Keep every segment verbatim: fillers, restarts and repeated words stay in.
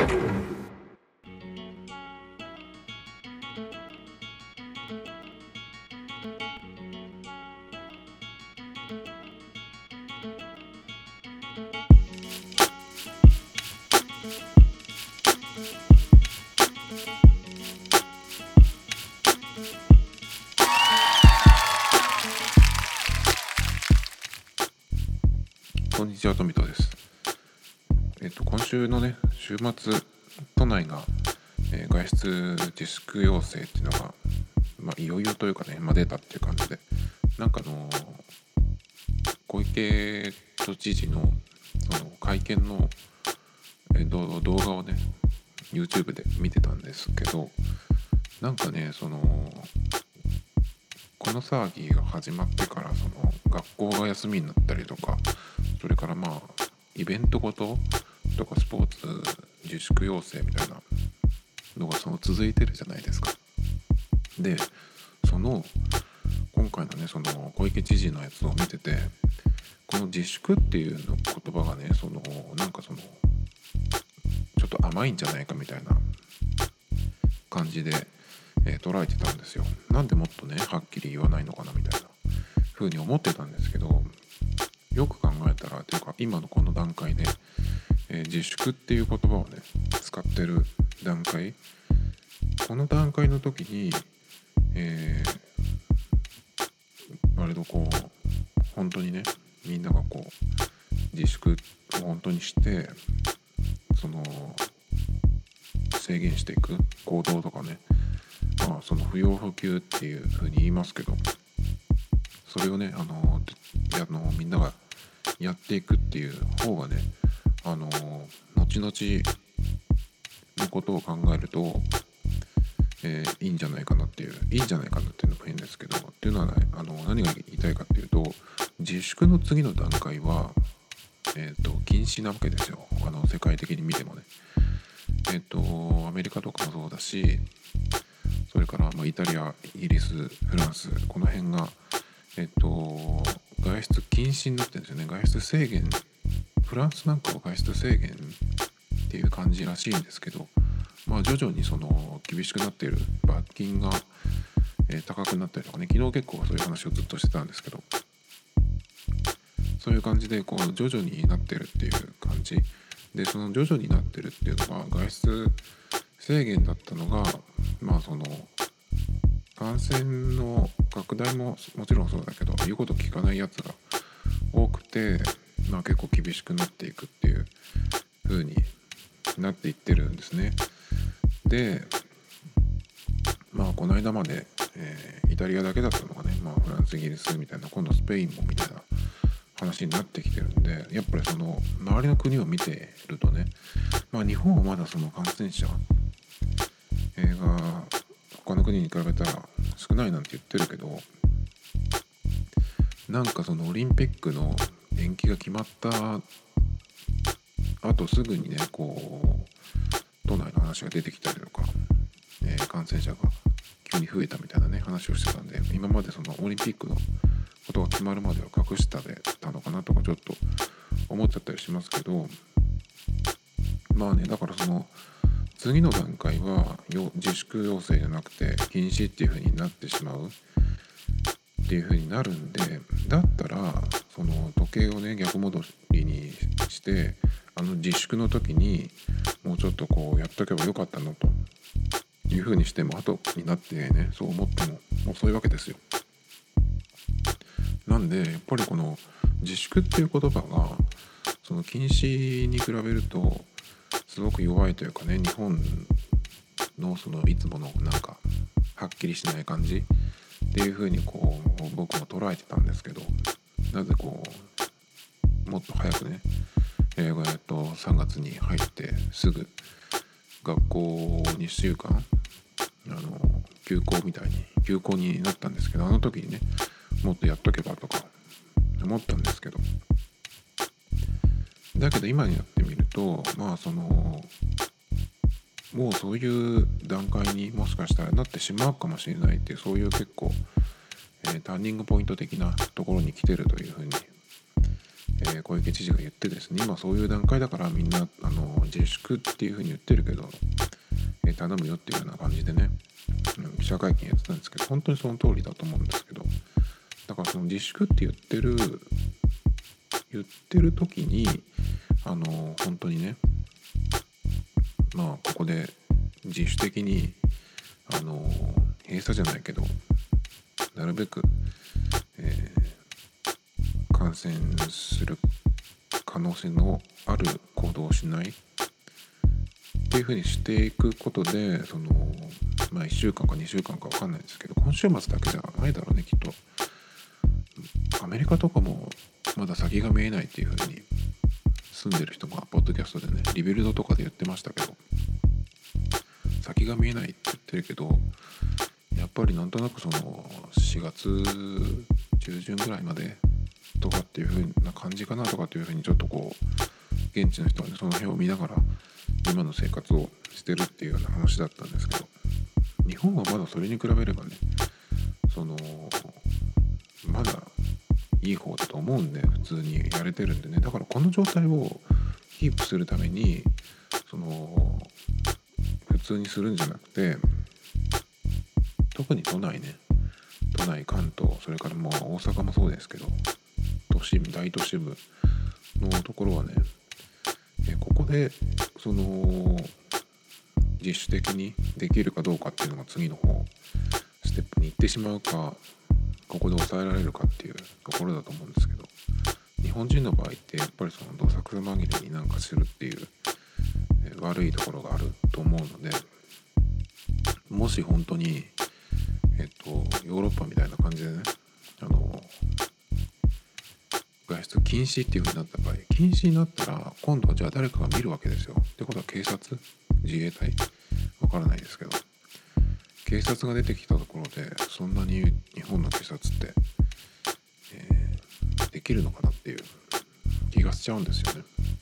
こんにちは、富田です。えっと今週のね週末、都内が、えー外出自粛要請っていうのが、まあ、いよいよというかね、まあ、出たっていう感じで、なんかあのー小池都知事のその会見の、えー動動画をね YouTube で見てたんですけど、なんかねそのこの騒ぎが始まってから、その学校が休みになったりとか、それからまあイベントごととかスポーツ自粛要請みたいなのがその続いてるじゃないですか。でその今回のねその小池知事のやつを見てて、この自粛っていうの言葉がね、そのなんかそのちょっと甘いんじゃないかみたいな感じで、えー捉えてたんですよ。なんでもっとねはっきり言わないのかなみたいな風に思ってたんですけど、よく考えたらというか今のこの段階で、えー自粛っていう言葉をね使ってる段階、この段階の時に、えー、割とこう本当にねみんながこう自粛を本当にして、その制限していく行動とかね、まあその不要不急っていう風に言いますけど、それをねあのあのみんながやっていくっていう方がね、あの後々のことを考えると、えーいいんじゃないかなっていういいんじゃないかなっていうのも変ですけど、っていうのは、ね、あの何が言いたいかっていうと、自粛の次の段階は、えー、と禁止なわけですよ。あの世界的に見てもね、えっ、とアメリカとかもそうだし、それから、まあ、イタリア、イギリス、フランス、この辺が、えっ、と外出禁止になってるんですよね。外出制限、フランスなんかは外出制限っていう感じらしいんですけど、まあ徐々にその厳しくなっている、罰金が、えー高くなったりとかね、昨日結構そういう話をずっとしてたんですけど、そういう感じでこう徐々になってるっていう感じで、その徐々になってるっていうのは外出制限だったのが、まあその感染の拡大ももちろんそうだけど、言うこと聞かないやつが多くて、まあ結構厳しくなっていくっていう風になっていってるんですね。でまあこの間まで、えーイタリアだけだったのがね、まあフランス、イギリスみたいな、今度スペインもみたいな話になってきてるんで、やっぱりその周りの国を見てるとね、まあ日本はまだその感染者、えーが他の国に比べたら少ないなんて言ってるけど、なんかそのオリンピックの延期が決まったあとすぐにね、こう都内の話が出てきたりとか、えー感染者が急に増えたみたいなね話をしてたんで、今までそのオリンピックのことが決まるまでは隠したでたのかなとかちょっと思っちゃったりしますけど、まあね、だからその次の段階はよ自粛要請じゃなくて禁止っていう風になってしまうっていう風になるんで、だったらその時計をね逆戻りにして、あの自粛の時にもうちょっとこうやっとけばよかったのという風にしても、後になってねそう思っても遅いわけですよ。なんでやっぱりこの自粛っていう言葉がその禁止に比べるとすごく弱いというかね、日本のそのいつものなんかはっきりしない感じっていう風にこう僕も捉えてたんですけど、なぜこうもっと早くね、えー、えっとさんがつに入ってすぐ学校にしゅうかんあの休校みたいに休校になったんですけど、あの時にねもっとやっとけばとか思ったんですけど、だけど今になってみると、まあそのもうそういう段階にもしかしたらなってしまうかもしれないっていう、そういう結構、えーターニングポイント的なところに来てるというふうに、 えー、小池知事が言ってですね、今そういう段階だからみんなあの自粛っていうふうに言ってるけど、えー、頼むよっていうような感じでね、うん、記者会見やってたんですけど、本当にその通りだと思うんですけど、だからその自粛って言ってる言ってる時にあの本当にね、まあここで自主的にあの閉鎖じゃないけどなるべく、えー、感染する可能性のある行動をしないっていうふうにしていくことで、そのまあいっしゅうかんかにしゅうかんか分かんないですけど、今週末だけじゃないだろうねきっと。アメリカとかもまだ先が見えないっていうふうに住んでる人がポッドキャストでねリビルドとかで言ってましたけど、先が見えないって言ってるけど、やっぱりなんとなくそのしがつ中旬ぐらいまでとかっていう風な感じかなとかっていう風にちょっとこう現地の人はねその辺を見ながら今の生活をしてるっていうような話だったんですけど、日本はまだそれに比べればねそのまだいい方だと思うんで普通にやれてるんでね、だからこの状態をキープするためにその普通にするんじゃなくて、特に都内ね都内関東それからもう大阪もそうですけど都市部大都市部のところはねえここでその自主的にできるかどうかっていうのが次の方ステップに行ってしまうか、ここで抑えられるかっていうところだと思うんですけど、日本人の場合ってやっぱりそのどさくさ紛れになんかするっていうえ悪いところがあると思うので、もし本当にえっとヨーロッパみたいな感じでねあの外出禁止っていう風になった場合、禁止になったら今度はじゃあ誰かが見るわけですよ。ってことは警察自衛隊わからないですけど警察が出てきたところでそんなに日本の警察って、えー、できるのかなっていう気がしちゃうんですよね。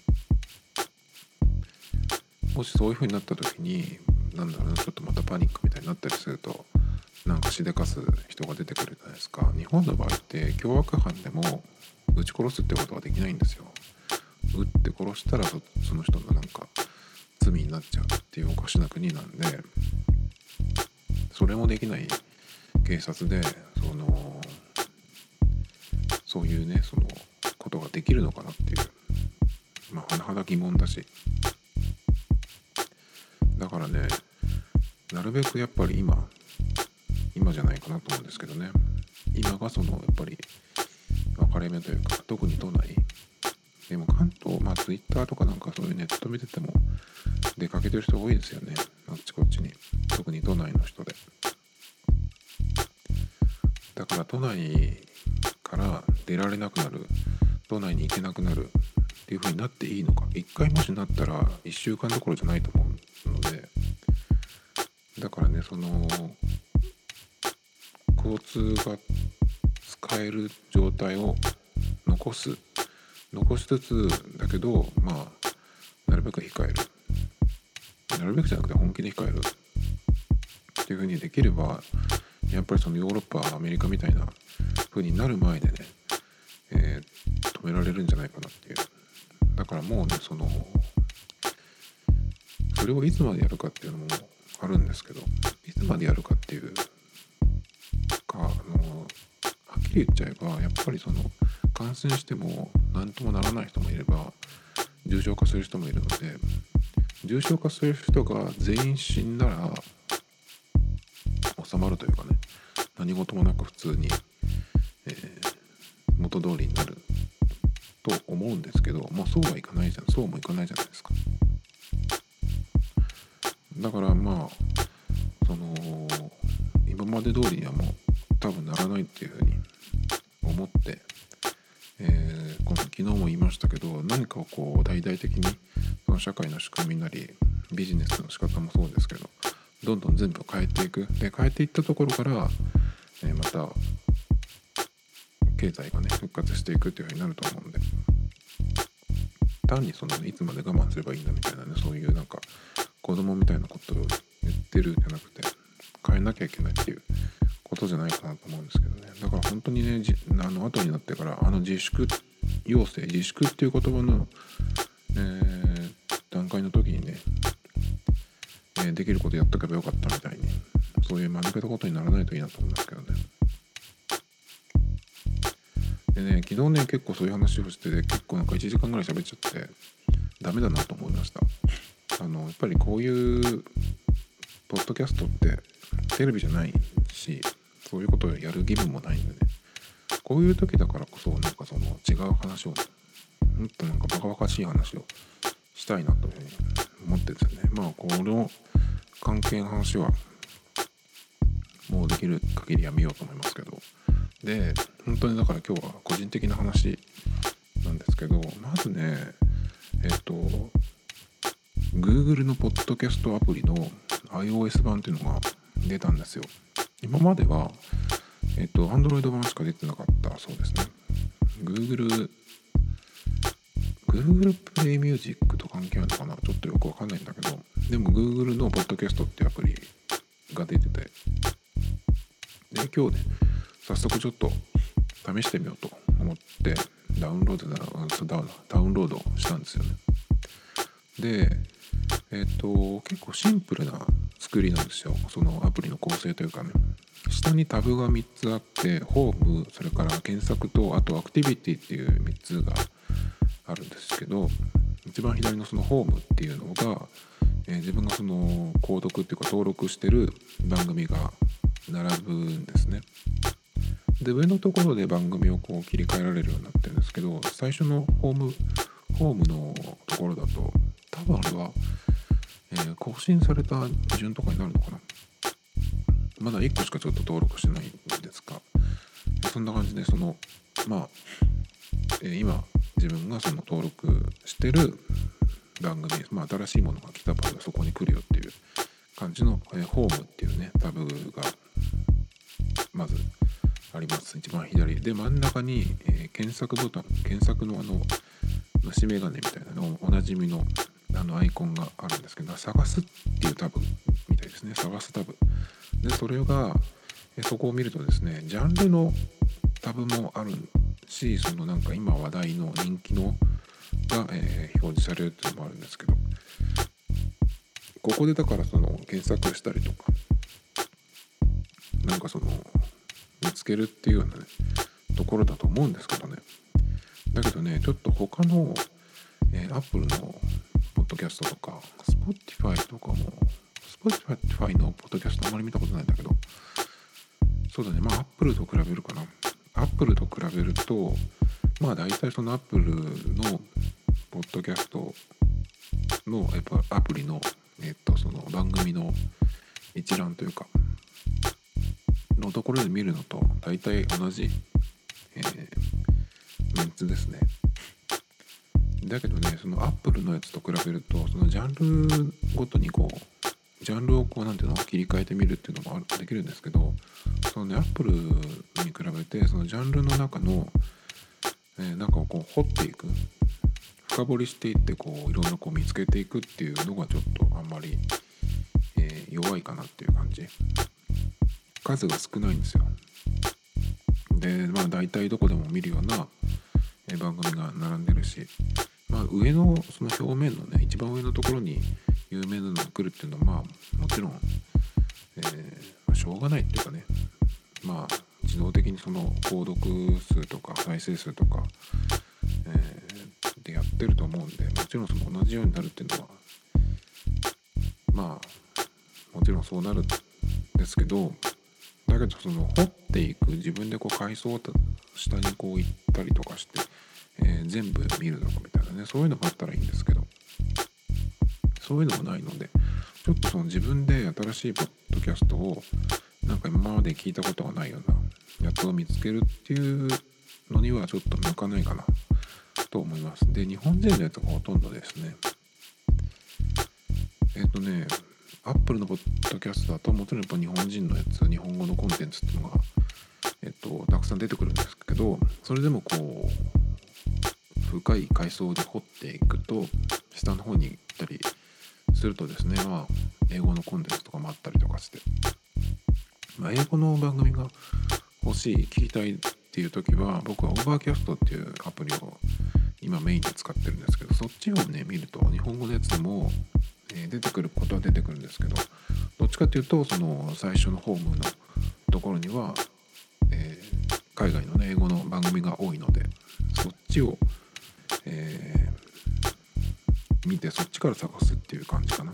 もしそういう風になった時になんだろうなちょっとまたパニックみたいになったりするとなんかしでかす人が出てくるじゃないですか。日本の場合って凶悪犯でも撃ち殺すってことはできないんですよ。撃って殺したら そ, その人のなんか罪になっちゃうっていうおかしな国なんで、それもできない警察でそのそういうねそのことができるのかなっていう、まあ甚だ疑問だし、だからねなるべくやっぱり今今じゃないかなと思うんですけどね、今がそのやっぱり分かれ目というか、特に都内でも関東まあツイッターとかなんかそういうネット見てても出かけてる人多いですよね、あっちこっちに、特に都内の人で。だから都内から出られなくなる、都内に行けなくなるっていう風になっていいのか、一回もしなったらいっしゅうかんどころじゃないと思うので、だからねその交通が使える状態を残す残しつつだけど、まあなるべく控える、なるべくじゃなくて本気で控えるっていう風にできれば、やっぱりそのヨーロッパアメリカみたいな風になる前でね、えー、止められるんじゃないかなっていう。だからもうねそのそれをいつまでやるかっていうのもあるんですけど、いつまでやるかっていうか、あのはっきり言っちゃえばやっぱりその感染しても何ともならない人もいれば重症化する人もいるので、重症化する人が全員死んだら収まるというかね、何事もなく普通に、えー、元通りになると思うんですけど、もうそうはいかないじゃんそうもいかないじゃないですか。だからまあその今まで通りにはもう多分ならないっていうふうに思って、えー、この昨日も言いましたけど、何かをこう大々的にその社会の仕組みなりビジネスの仕方もそうですけどどんどん全部変えていく、で変えていったところから、えー、また経済がね復活していくっていうふうになると思うんで、単にその、ね、いつまで我慢すればいいんだみたいなね、そういうなんか子供みたいなことを言ってるんじゃなくて変えなきゃいけないっていうことじゃないかなと思うんですけどね。だから本当にねあの後になってからあの自粛要請自粛っていう言葉の、えー、段階の時にね、えー、できることやっとけばよかったみたいに、そういう間抜けたことにならないといいなと思いますけどね。でね、昨日ね結構そういう話をしてて、結構なんかいちじかんぐらい喋っちゃってダメだなと思いました。あのやっぱりこういうポッドキャストってテレビじゃないし、そういうことをやる義務もないんでね、こういう時だからこそなんかその違う話を、もっとなんかバカバカしい話をしたいなというふうに思ってるんですよね。まあこの関係の話はもうできる限りやめようと思いますけど、で本当にだから今日は個人的な話なんですけど、まずねえっと Google のポッドキャストアプリの iOS 版っていうのが出たんですよ。今まではえっと Android 版しか出てなかったそうですね。 Google Google Play Music と関係あるのかな、ちょっとよくわかんないんだけど、でも Google のポッドキャストっていうアプリが出てて、で今日ね早速ちょっと試してみようと思ってダウンロードだダダウンロードしたんですよね。でえっと結構シンプルな作りなんですよ、そのアプリの構成というかね。下にタブがみっつあって、ホーム、それから検索と、あとアクティビティっていうみっつがあるんですけど、一番左のそのホームっていうのが、えー、自分がその購読っていうか登録してる番組が並ぶんですね。で上のところで番組をこう切り替えられるようになってるんですけど、最初のホームホームのところだと多分あれは、えー、更新された順とかになるのかな。まだいっこしかちょっと登録してないんですが、そんな感じでそのまあ、えー、今自分がその登録してる番組、まあ、新しいものが来た場合はそこに来るよっていう感じの、えー、ホームっていうねタブがまずあります。一番左で真ん中に、えー、検索ボタン、検索のあの虫眼鏡みたいなのおなじみのあのアイコンがあるんですけど、探すっていうタブみたいですね。探すタブで、それがえそこを見るとですね、ジャンルのタブもあるし、そのなんか今話題の人気のが、えー、表示されるっていうのもあるんですけど、ここでだからその検索したりとかなんかその見つけるっていうようなねところだと思うんですけどね。だけどね、ちょっと他の、えー、Apple のポッドキャストとか Spotify とかも Spotify のポッドキャストあんまり見たことないんだけど、そうだね、まあ Apple と比べるかな。Apple と比べるとまあ大体その Apple のポッドキャストのやっぱアプリのえっとその番組の一覧というかのところで見るのと大体同じ、えー、メンツですね。だけどね、その Apple のやつと比べるとそのジャンルごとにこうジャンルをこうなんていうの切り替えてみるっていうのもできるんですけど、そのね Apple に比べてそのジャンルの中の、えー、中をこう掘っていく、深掘りしていってこういろいろこう見つけていくっていうのがちょっとあんまり、えー、弱いかなっていう感じ。数が少ないんですよ。でまあ大体どこでも見るような番組が並んでるし、まあ、上のその表面のね一番上のところに有名なのが来るっていうのはまあもちろん、えー、しょうがないっていうかね、まあ自動的にその購読数とか再生数とか、えー、でやってると思うんで、もちろんその同じようになるっていうのはまあもちろんそうなるんですけど、だけどその掘っていく、自分でこう階層を下にこう行ったりとかして、えー、全部見るのかみたいなね、そういうのもあったらいいんですけど、そういうのもないので、ちょっとその自分で新しいポッドキャストをなんか今まで聞いたことがないようなやつを見つけるっていうのにはちょっと向かないかなと思います。で、日本人のやつがほとんどですね。えっ、ー、とねアップルのポッドキャストだともちろんやっぱ日本人のやつ、日本語のコンテンツっていうのが、えっと、たくさん出てくるんですけど、それでもこう深い階層で掘っていくと下の方に行ったりするとですね、まあ英語のコンテンツとかもあったりとかして、まあ、英語の番組が欲しい聞きたいってっていう時は僕はオーバーキャストっていうアプリを今メインで使ってるんですけど、そっちをね見ると日本語のやつでも、えー出てくることは出てくるんですけど、どっちかっていうとその最初のホームのところには、えー海外のね英語の番組が多いので、そっちを、えー見てそっちから探すっていう感じかな。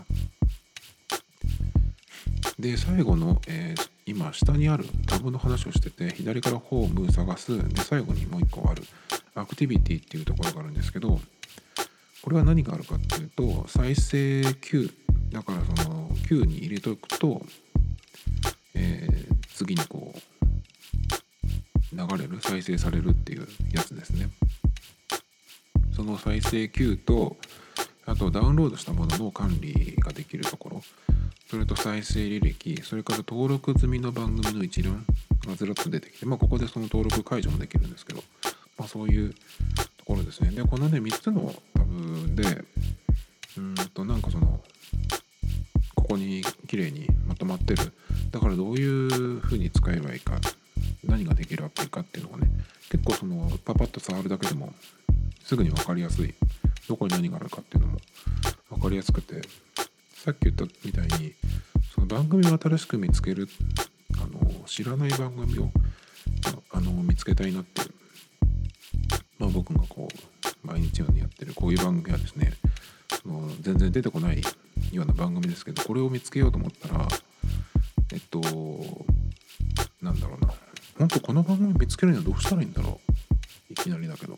で最後の、えー今下にあるタブの話をしてて、左からホーム探すで最後にもう一個あるアクティビティっていうところがあるんですけど、これは何があるかっていうと、再生 Q だからその Q に入れておくと、えー次にこう流れる再生されるっていうやつですね。その再生 Q とあとダウンロードしたものの管理ができるところ、それと再生履歴、それから登録済みの番組の一覧がずらっと出てきて、まあここでその登録解除もできるんですけど、まあそういうところですね。でこのねみっつのタブでうーんとなんかそのここに綺麗にまとまってる。だからどういう風に使えばいいか、何ができるアプリかっていうのがね、結構そのパパッと触るだけでもすぐに分かりやすい、どこに何があるかっていうのも分かりやすくて、さっき言ったみたいにその番組を新しく見つける、あの知らない番組をあの見つけたいなっていう、まあ僕がこう毎日のようにやってるこういう番組はですね、その全然出てこないような番組ですけど、これを見つけようと思ったらえっとなんだろうな、本当この番組見つけるにはどうしたらいいんだろう、いきなりだけど。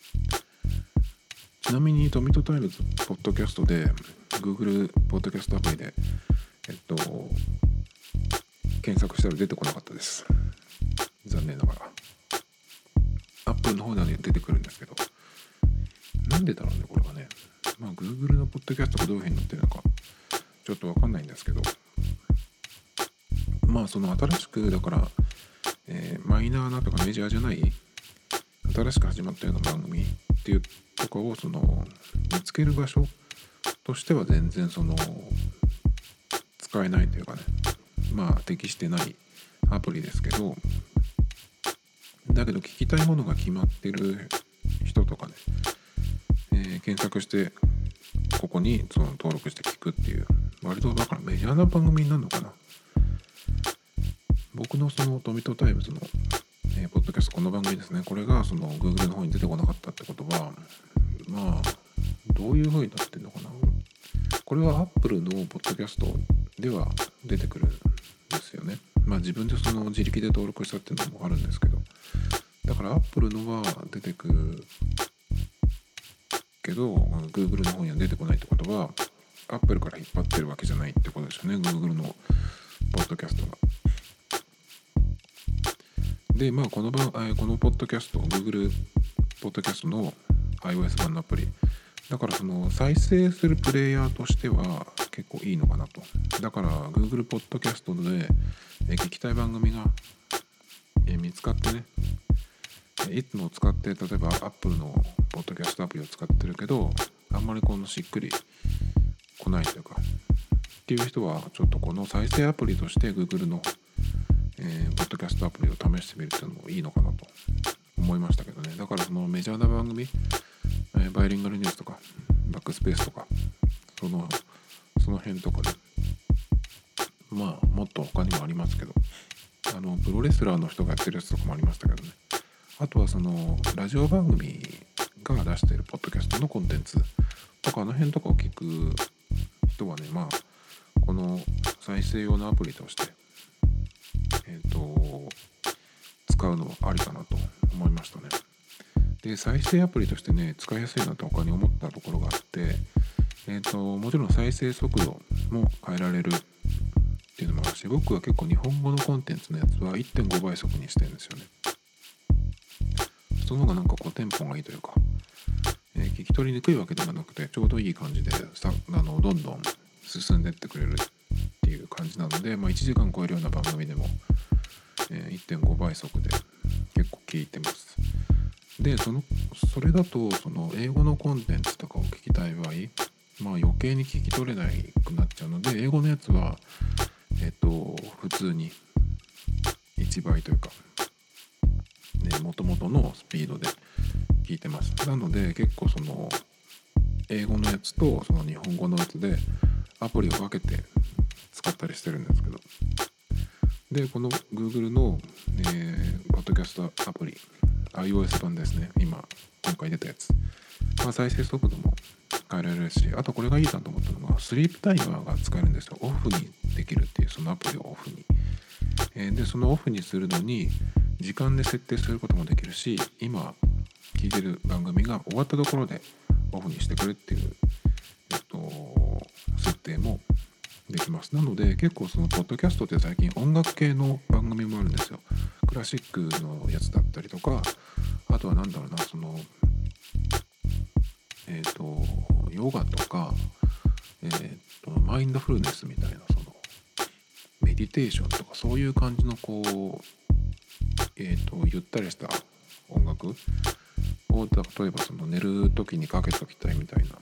ちなみにトミトタイムズポッドキャストで Google ポッドキャストアプリでえっと検索したら出てこなかったです、残念ながら。Apple の方では、ね、出てくるんですけど、なんでだろうねこれはね。まあ Google のポッドキャストがどういう風になってるのかちょっとわかんないんですけど、まあその新しくだから、えーマイナーなとかメジャーじゃない新しく始まったような番組っていうとかをその見つける場所としては全然その使えないというかね、まあ適してないアプリですけど、だけど聞きたいものが決まってる人とかね、えー検索してここにその登録して聞くっていう、割とだからメジャーな番組になるのかな。僕のそのトミトタイムズの、えーポッドキャスト、この番組ですね、これがその Google の方に出てこなかったってことは、まあどういう風になってんのかな。これは Apple のポッドキャストでは出てくるんですよね。まあ自分でその自力で登録したっていうのもあるんですけど、だから Apple のは出てくるけど Google の方には出てこないってことは Apple から引っ張ってるわけじゃないってことですよね、 Google のポッドキャストが。でまあこの番、えーこのポッドキャスト Google ポッドキャストの iOS 版のアプリだから、その再生するプレイヤーとしては結構いいのかなと。だから Google ポッドキャストで、えー聞きたい番組が、えー見つかってね、いつも使って例えば Apple のポッドキャストアプリを使ってるけどあんまりこのしっくり来ないというかっていう人は、ちょっとこの再生アプリとして Google の、えーポッドキャストアプリを試してみるっていうのもいいのかなと思いましたけどね。だからそのメジャーな番組、えーバイリンガルニュースとかバックスペースとかそのその辺とかね、まあもっと他にもありますけど、あのプロレスラーの人がやってるやつとかもありましたけどね。あとはそのラジオ番組が出しているポッドキャストのコンテンツとかあの辺とかを聞く人はね、まあこの再生用のアプリとしてえっ、と使うのはありかなと思いましたね。で再生アプリとしてね使いやすいなと他に思ったところがあって、えっ、ともちろん再生速度も変えられるっていうのもあるし、僕は結構日本語のコンテンツのやつは いってんご 倍速にしてるんですよね。その方がなんかこうテンポがいいというか、えー聞き取りにくいわけではなくてちょうどいい感じでさあのどんどん進んでってくれるっていう感じなので、まあ、いちじかん超えるような番組でも、えー、いってんご 倍速で結構聞いてます。でそのそれだとその英語のコンテンツとかを聞きたい場合、まあ余計に聞き取れなくなっちゃうので、英語のやつはえっと普通にいちばいというか、ね、 元々のスピードで聞いてます。なので結構その英語のやつとその日本語のやつでアプリを分けて使ったりしてるんですけど、でこの Google の、えー、ポッドキャストアプリ iOS 版ですね、今今回出たやつ、まあ、再生速度も変えられるし、あとこれがいいなと思ったのがスリープタイマーが使えるんですよ。オフにできるっていう、そのアプリをオフに、えー、でそのオフにするのに時間で設定することもできるし、今聞いてる番組が終わったところでオフにしてくれっていう、えっと、設定もできます。なので結構そのポッドキャストって最近音楽系の番組もあるんですよ。クラシックのやつだったりとか、あとはなんだろうな、そのえっとヨガとか、えっとマインドフルネスみたいな、そのメディテーションとかそういう感じのこうえっとゆったりした音楽を、例えばその寝る時にかけときたいみたいな、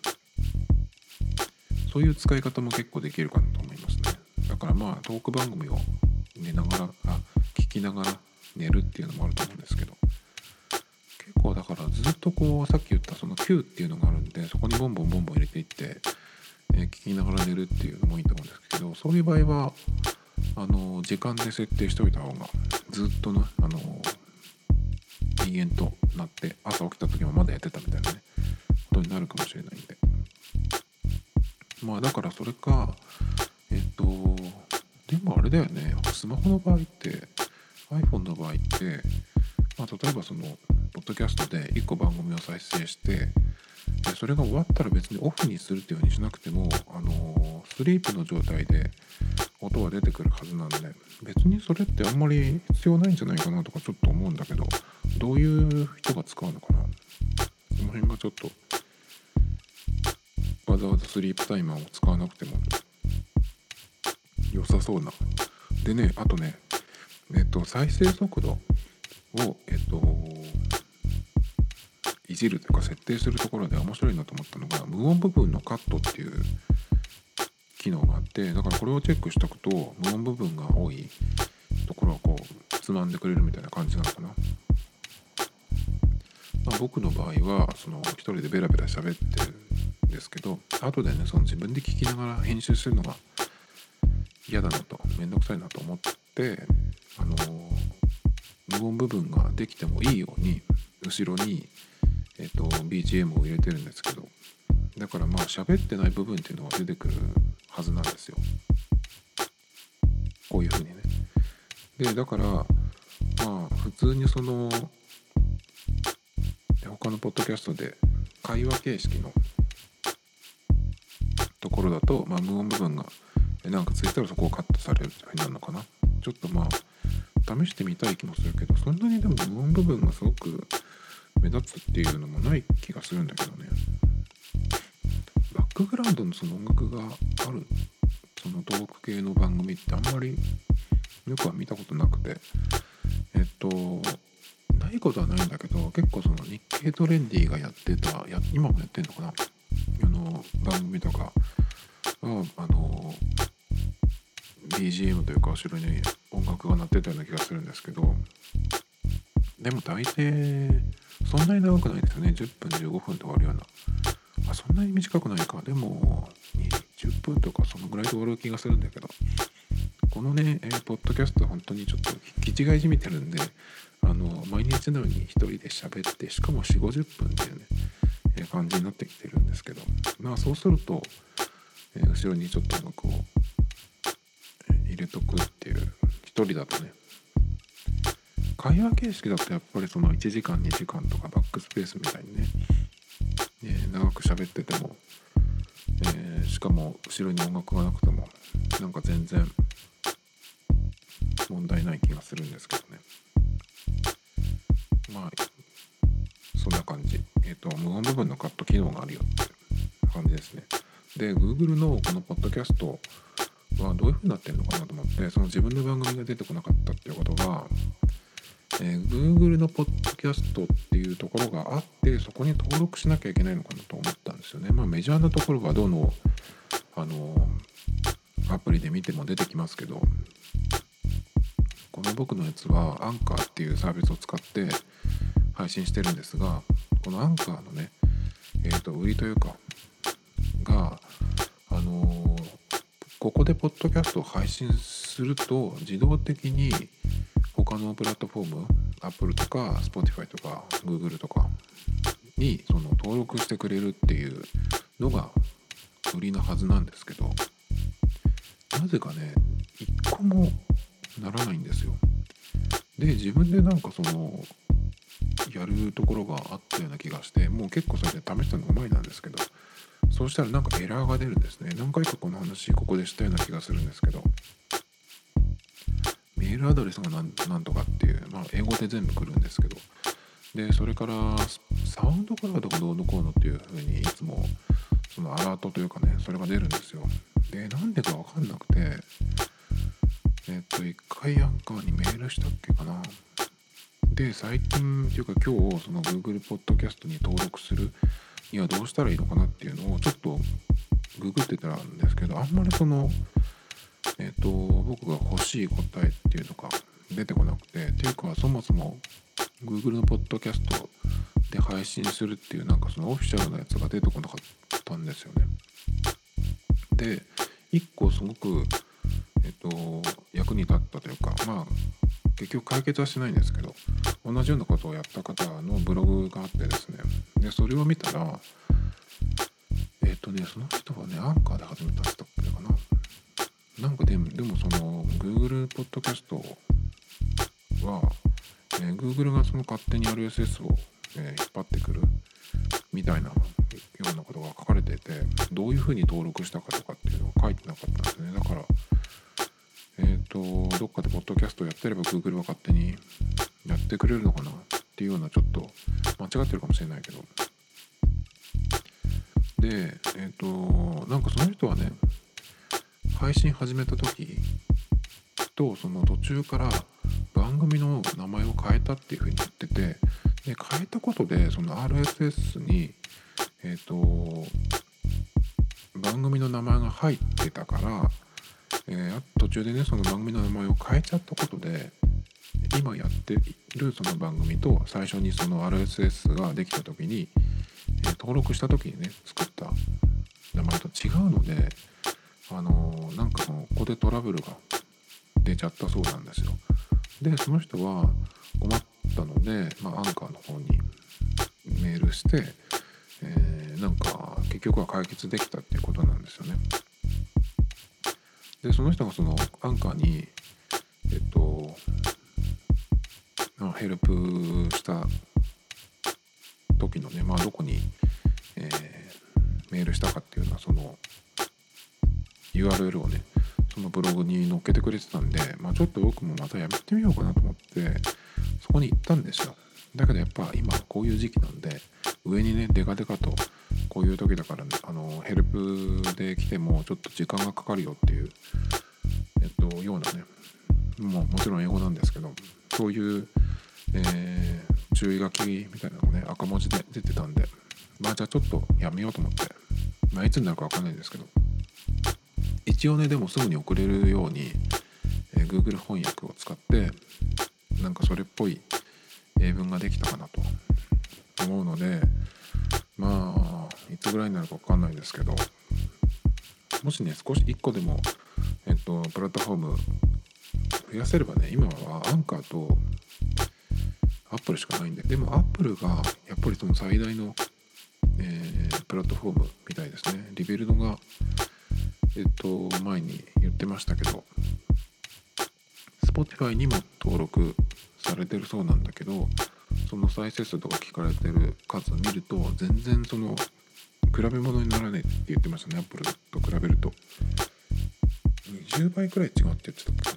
そういう使い方も結構できるかなと思いますね。だからまあトーク番組を寝ながらあ聞きながら寝るっていうのもあると思うんですけど、結構だからずっとこうさっき言ったその Q っていうのがあるんで、そこにボンボンボンボン入れていって、えー、聞きながら寝るっていうのもいいと思うんですけど、そういう場合はあの時間で設定しておいた方がずっとなあの延々となって朝起きた時もまだやってたみたいなねことになるかもしれないんで、まあだからそれかえっとでもあれだよね、スマホの場合って iPhone の場合って、まあ、例えばそのポッドキャストでいっこ番組を再生してそれが終わったら別にオフにするっていう風にしなくても、あのスリープの状態で音は出てくるはずなんで、別にそれってあんまり必要ないんじゃないかなとかちょっと思うんだけど、どういう人が使うのかな、その辺がちょっとわざわざスリープタイマーを使わなくても良さそうな。でね、あとねえっと再生速度をえっといじるというか設定するところで面白いなと思ったのが、無音部分のカットっていう機能があって、だからこれをチェックしておくと無音部分が多いところをこうつまんでくれるみたいな感じなのかな。まあ、僕の場合はその一人でベラベラ喋ってるんですけど、後でねその自分で聞きながら編集するのが嫌だなと、めんどくさいなと思って、あのー、無音部分ができてもいいように後ろに、えー、と ビージーエム を入れてるんですけど、だからまあ喋ってない部分っていうのが出てくるはずなんですよ、こういう風にね。でだからまあ普通にその他のポッドキャストで会話形式のところだと、まあ、無音部分がなんかついたらそこをカットされるっていう風になるのかな。ちょっとまあ試してみたい気もするけど、そんなにでも無音部分がすごく目立つっていうのもない気がするんだけどね。バックグラウンドのその音楽があるそのトーク系の番組ってあんまりよくは見たことなくて、えっとないことはないんだけど、結構その日経トレンディがやってたや今もやってんのかな、あの番組とかはあの ビージーエム というか後ろに音楽が鳴ってたような気がするんですけど、でも大抵そんなに長くないですよね。じゅっぷんじゅうごふんとかあるような、あそんなに短くないか、でもじゅっぷんとかそのぐらいで終わる気がするんだけど、このね、えー、ポッドキャスト本当にちょっと気違いじみてるんで、あの毎日のように一人で喋って、しかも よんじゅうごじゅっぷんっていうね、えー、感じになってきてるんですけど、まあそうすると、えー、後ろにちょっと音楽を、えー、入れとくっていう、一人だとね。会話形式だとやっぱりそのいちじかんにじかんとかバックスペースみたいにね、えー、長く喋ってても、えー、しかも後ろに音楽がなくてもなんか全然問題ない気がするんですけどね。まあそんな感じ。えっと無音部分のカット機能があるよって感じですね。で Google のこのポッドキャストはどういう風になってるのかなと思って、その自分の番組が出てこなかったっていうことが、えー、Google のポッドキャストっていうところがあって、そこに登録しなきゃいけないのかなと思ったんですよね。まあメジャーなところはどのあのアプリで見ても出てきますけど、 この僕のやつはアンカーっていうサービスを使って配信してるんですが、このアンカーのね、えーと売りというかが、あのーここでポッドキャストを配信すると自動的に他のプラットフォーム、 Apple とか Spotify とか Google とかにその登録してくれるっていうのが売りなはずなんですけど、なぜかね一個もならないんですよ。で自分でなんかそのやるところがあったような気がして、もう結構それで試したのうまいなんですけど、そうしたらなんかエラーが出るんですね。何回かこの話ここでしたような気がするんですけど、メールアドレスがなんなんとかっていう、まあ、英語で全部来るんですけど、でそれからサウンドクラウドがどうのこうのっていう風にいつもそのアラートというかね、それが出るんですよ。でなんでか分かんなくて、えっと一回アンカーにメールしたっけかな。で最近っていうか今日その Google ポッドキャストに登録するにはどうしたらいいのかなっていうのをちょっとググってたんですけど、あんまりそのえっと僕が欲しい答えっていうのが出てこなくて、っていうかそもそも Google のポッドキャストで配信するっていうなんかそのオフィシャルなやつが出てこなかったんですよね。で一個すごくえっと役に立ったというか、まあ結局解決はしないんですけど、同じようなことをやった方のブログがあってですね、でそれを見たらえっとねその人はねアンカーで始めたんだったっけかな。なんかでもでもその Google ポッドキャストは、えー、Google がその勝手に アールエスエス を、えー、引っ張ってくるみたいなようなことが書かれていて、どういうふうに登録したかとかっていうのは書いてなかったんですね。だからえっとどっかでポッドキャストやってれば Google は勝手にやってくれるのかなっていうような、ちょっと間違ってるかもしれないけど、でえっとなんかその人はね配信始めた時とその途中から番組の名前を変えたっていう風に言ってて、で変えたことでその アールエスエス にえっと番組の名前が入ってたから、えー、途中でねその番組の名前を変えちゃったことで今やっているその番組と最初にその アールエスエス ができた時に、えー、登録した時にね作った名前と違うので、あのー、なんかここでトラブルが出ちゃったそうなんですよ。でその人は困ったので、まあ、アンカーの方にメールして、えー、なんか結局は解決できたっていうことなんですよね。でその人がそのアンカーにえっとヘルプした時のね、まあどこに、えー、メールしたかっていうのはその ユーアールエル をねそのブログに載っけてくれてたんで、まあちょっと僕もまたやってみようかなと思ってそこに行ったんですよ。だけどやっぱ今こういう時期なんで上にねデカデカとこういう時だから、ね、あのヘルプで来てもちょっと時間がかかるよっていうえっとようなね、もうもちろん英語なんですけど、そういう、えー、注意書きみたいなのがね赤文字で出てたんで、まあじゃあちょっとやめようと思って、まあいつになるか分かんないんですけど、一応ねでもすぐに送れるように、えー、Google 翻訳を使ってなんかそれっぽい英文ができたかなと思うので、まあいつぐらいになるか分かんないですけど、もしね少しいっこでもえっとプラットフォーム増やせればね、今はアンカーとアップルしかないんで、でもアップルがやっぱりその最大の、えー、プラットフォームみたいですね。リベルドがえっと前に言ってましたけど Spotify にも登録されてるそうなんだけど、その再生数とか聞かれてる数を見ると全然その比べ物にならないって言ってましたね。アップルと比べるとにじゅうばいくらい違うって言ってたっけかな。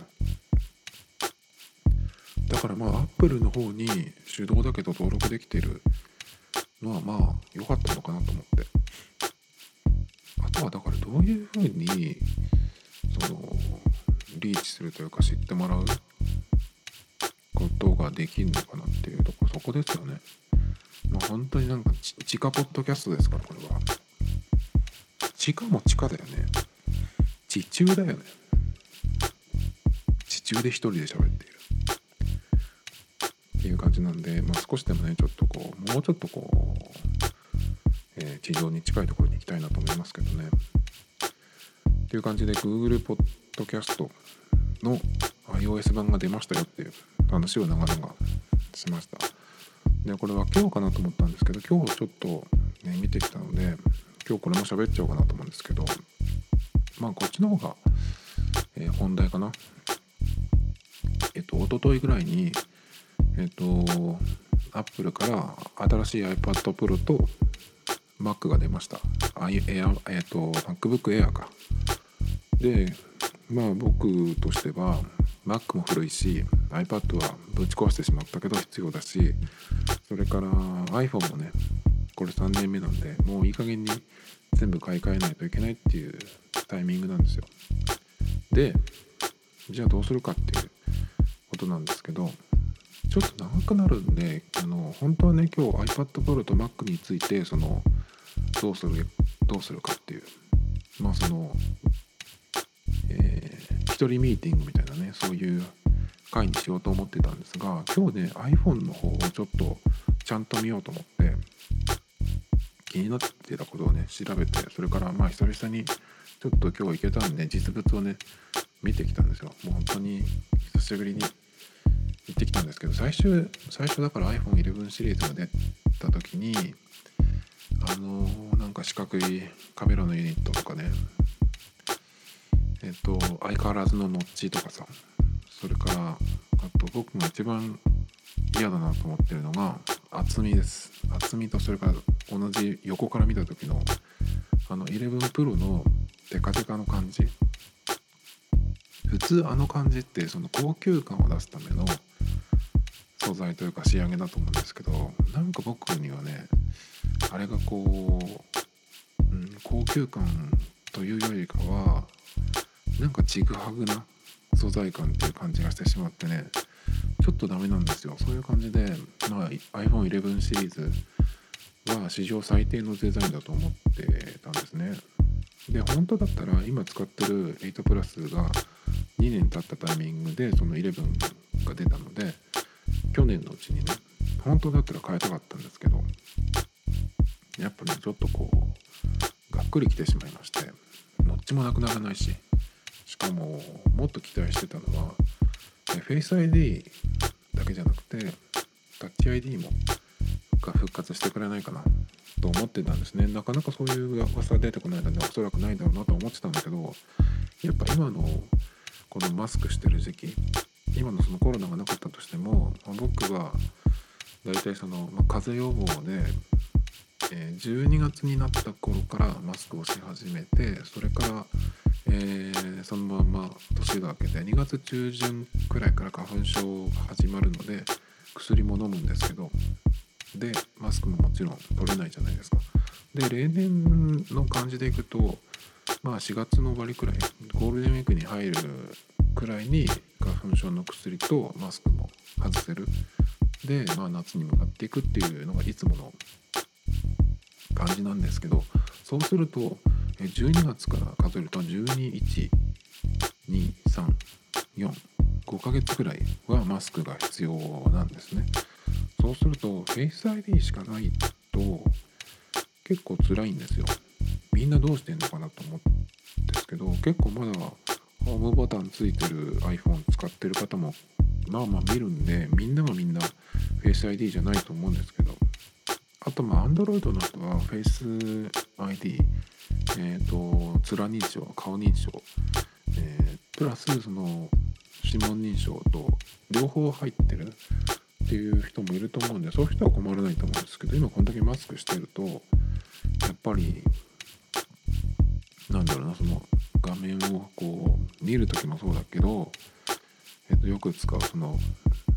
だからまあアップルの方に手動だけど登録できてるのはまあ良かったのかなと思って、あとはだからどういうふうにそのリーチするというか知ってもらうことができるのかなっていうところ、そこですよね。まあ本当になんかち地下ポッドキャストですから、これは地下も地下だよね。地中だよね。地中で一人で喋っている。 いう感じなんで、まあ、少しでもねちょっとこうもうちょっとこう、えー、地上に近いところに行きたいなと思いますけどね。っていう感じで Google ポッドキャストの iOS 版が出ましたよっていう話を長々しました。でこれは今日かなと思ったんですけど、今日ちょっと、ね、見てきたので今日これも喋っちゃおうかなと思うんですけど、まあこっちの方が、えー、本題かな。えっと一昨日ぐらいにえっと Apple から新しい iPad Pro と Mac が出ました。あいエアえっと MacBook Air か。でまあ僕としては Mac も古いし iPad はぶち壊してしまったけど必要だし、それから iPhone もねこれさんねんめなんでもういい加減に全部買い替えないといけないっていうタイミングなんですよ。でじゃあどうするかっていうことなんですけど、ちょっと長くなるんで、あの本当はね今日 iPad Pro と Mac についてそのどうするどうするかっていうまあそのえー、一人ミーティングみたいなねそういう回にしようと思ってたんですが、今日ね iPhone の方をちょっとちゃんと見ようと思って気になってたことをね調べて、それからまあ久々にちょっと今日行けたんで実物をね見てきたんですよ。もう本当に久しぶりに行ってきたんですけど、最初最初だから アイフォンイレブン シリーズが出た時にあのー、なんか四角いカメラのユニットとかね、えっと相変わらずのノッチとかさ、それからあと僕が一番嫌だなと思ってるのが厚みです。厚みとそれから同じ横から見た時のあのイレブン Pro のテカテカの感じ、普通あの感じってその高級感を出すための素材というか仕上げだと思うんですけど、なんか僕にはねあれがこう、うん、高級感というよりかはなんかちぐはぐな素材感っていう感じがしてしまってね、ちょっとダメなんですよ。そういう感じで、まあ、アイフォンイレブン シリーズは史上最低のデザインだと思ってたんですね。で本当だったら今使ってるエイトプラスがにねん経ったタイミングでそのイレブンが出たので、去年のうちにね本当だったら変えたかったんですけど、やっぱねちょっとこうがっくりきてしまいまして、ノッチもなくならないし、しかももっと期待してたのはフェイス アイディー だけじゃなくてタッチ アイディー もが復活してくれないかなと思ってたんですね。なかなかそういう噂出てこないのでおそらくないだろうなと思ってたんだけど、やっぱ今のこのマスクしてる時期、今のそのコロナがなかったとしても、まあ、僕はだいたいその、まあ、風邪予防で、えー、じゅうにがつになった頃からマスクをし始めて、それから、えー、そのまま年が明けてにがつ中旬くらいから花粉症が始まるので薬も飲むんですけど、でマスクももちろん取れないじゃないですか。で例年の感じでいくとまあしがつの終わりくらい、ゴールデンウィークに入るくらいに花粉症の薬とマスクも外せるで、まあ夏に向かっていくっていうのがいつもの感じなんですけど、そうするとじゅうにがつから数えるとじゅうに、いち、に、さん、よん、ごかげつくらいはマスクが必要なんですね。そうするとフェイス アイディー しかないと結構辛いんですよ。みんなどうしてんのかなと思うんですけど、結構まだホームボタンついてる iPhone 使ってる方もまあまあ見るんで、みんながみんなフェイス アイディー じゃないと思うんですけど、あとまあ Android の人はフェイス アイディー、えーと面認証、顔認証、えー、プラスその指紋認証と両方入ってるっていう人もいると思うんで、そういう人は困らないと思うんですけど、今こんだけマスクしてるとやっぱりなんだろうな、その画面をこう見るときもそうだけど、えっと、よく使うその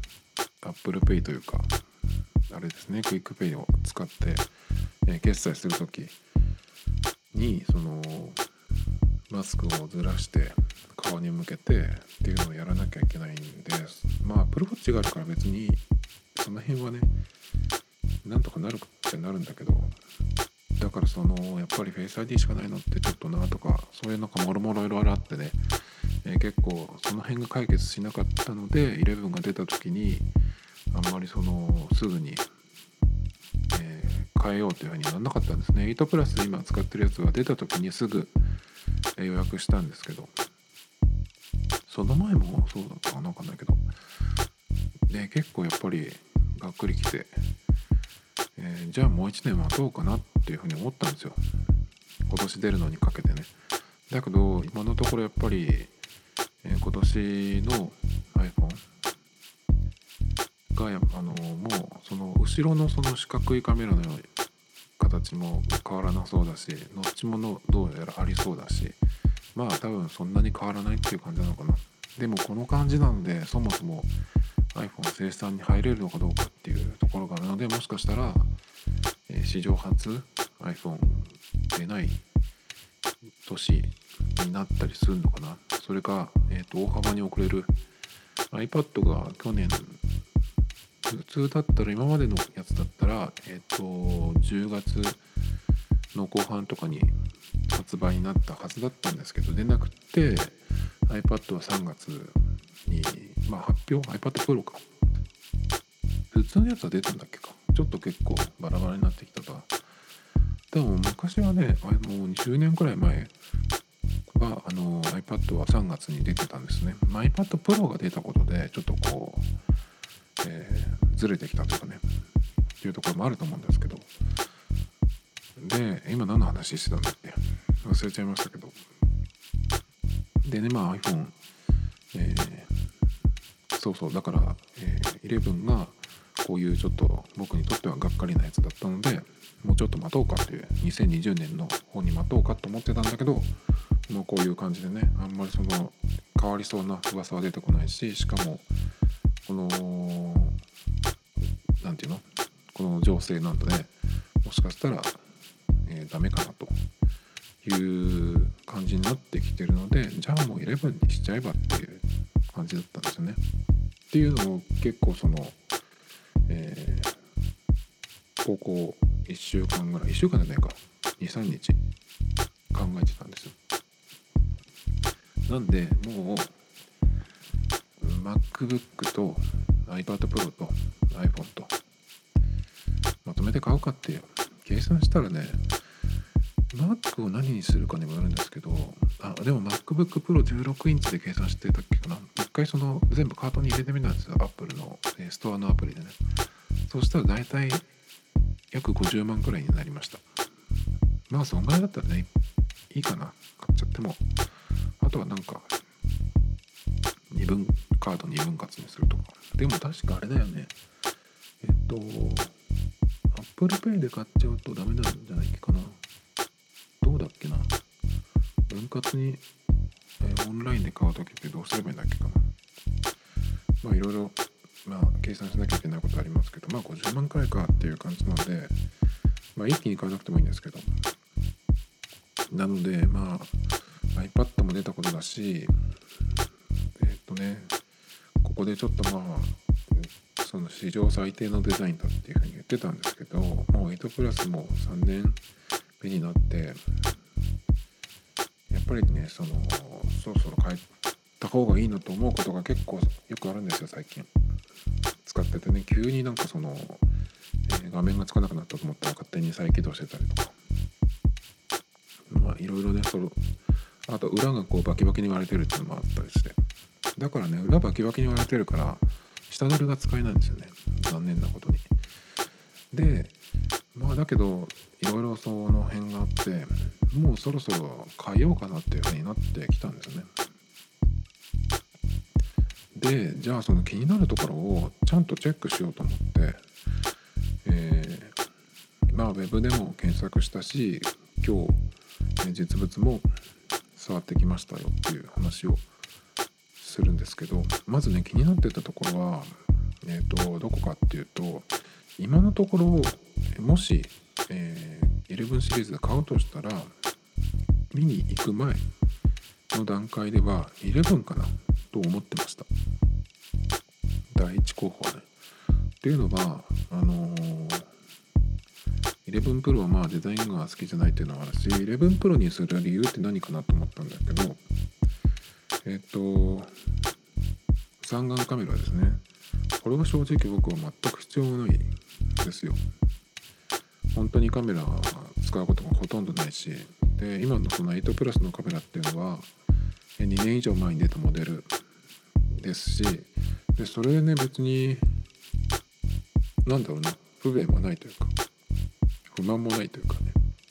Apple Pay というかあれですね、クイックペイを使って、えー、決済するときにそのマスクをずらして顔に向けてっていうのをやらなきゃいけないんで、まあ Apple Watch があるから別にその辺はねなんとかなるっちゃなるんだけど、だからそのやっぱりフェイス アイディー しかないのってちょっとなとか、そういうのかもろもろいろいろあってね、えー、結構その辺が解決しなかったのでイレブンが出た時にあんまりそのすぐに、えー変えようというふうにはならなかったんですね。エイトプラス今使ってるやつは出た時にすぐえー予約したんですけど、その前もそうだったかな、わかんないけど、で結構やっぱりがっくりきて、えーじゃあもういちねん待とうかなっていうふうに思ったんですよ、今年出るのにかけてね。だけど今のところやっぱり、えー今年の iPhone がやあのもうその後ろのその四角いカメラの形も変わらなそうだし、ノッチものどうやらありそうだし、まあ多分そんなに変わらないっていう感じなのかな。でもこの感じなのでそもそも iPhone 生産に入れるのかどうかっていうところがあるので、もしかしたら、えー史上初 iPhone 出ない年になったりするのかな。それか、えー、と大幅に遅れる iPad が去年普通だったら今までのやつだったら、えー、とじゅうがつの後半とかに発売になったはずだったんですけど、出なくて iPad はさんがつに、まあ、発表 iPad Pro か、普通のやつは出たんだっけか、ちょっと結構バラバラになってきたか。でも昔はね、あのにじゅうねんくらい前はあの iPad はさんがつに出てたんですね。まあ、iPad Pro が出たことでちょっとこう、えーずれてきたというかねっていうところもあると思うんですけど、で今何の話してたんだっけ、忘れちゃいましたけど、でね、まあ iPhone、えーそうそうだから、えー、じゅういちがこういうちょっと僕にとってはがっかりなやつだったので、もうちょっと待とうかっていうにせんにじゅうねんの方に待とうかと思ってたんだけど、もうこういう感じでね、あんまりその変わりそうな噂は出てこないし、しかもこのなんていうの、この情勢なのでもしかしたら、えー、ダメかなという感じになってきてるので、じゃあもうじゅういちにしちゃえばっていう感じだったんですよね。っていうのを結構その、えー、高校いっしゅうかんぐらいいっしゅうかんじゃないかにさんにち考えてたんですよ。なんでもう MacBook と iPad Pro と iPhone とまとめて買うかっていう計算したらね、 Mac を何にするかにもよるんですけど、あでも MacBook Pro じゅうろくインチで計算してたっけかな。一回その全部カートに入れてみたんですよ、 Apple の、えーストアのアプリでね。そうしたら大体約ごじゅうまんくらいになりました。まあそんぐらいだったらねいいかな、買っちゃっても。あとはなんか二分カード二分割にするとか。でも確かあれだよね、えっと Apple Pay で買っちゃうとダメなんじゃないかな。どうだっけな、分割に、えーオンラインで買うときってどうすればいいんだっけかな。まあいろいろまあ計算しなきゃいけないことありますけど、まあごじゅうまんくらいかっていう感じなので、まあ一気に買わなくてもいいんですけど、なのでまあ iPad も出たことだし、えーっとねここでちょっとまあその史上最低のデザインだっていうふうに言ってたんですけど、もうはちプラスもさんねんめになって、やっぱりねそのそろそろ変えた方がいいなと思うことが結構よくあるんですよ最近使っててね。急になんかその、えー画面がつかなくなったと思ったら勝手に再起動してたりとか、まあいろいろね、そのあと裏がこうバキバキに割れてるっていうのもあったりして、だからね裏バキバキに割れてるから下取りが使えないんですよね、残念なことに。でまあだけどいろいろその辺があって、もうそろそろ変えようかなっていう風になってきたんですよね。でじゃあその気になるところをちゃんとチェックしようと思って、えー、まあウェブでも検索したし、今日実物も触ってきましたよっていう話をするんですけど、まずね気になってたところは、えーとどこかっていうと、今のところもし、えー、じゅういちシリーズで買うとしたら見に行く前の段階ではじゅういちかなと思ってました、第一候補はね。っていうのはあのー、じゅういちプロはまあデザインが好きじゃないっていうのはあるし、じゅういちプロにする理由って何かなと思ったんだけど、えっ、ー、と三眼カメラですね。 これは正直僕は全く必要ないですよ。本当にカメラ使うことがほとんどないし、で今のそのエイトプラスのカメラっていうのはにねん以上前に出たモデルですし、でそれでね別になんだろうな、不便はないというか不満もないというかね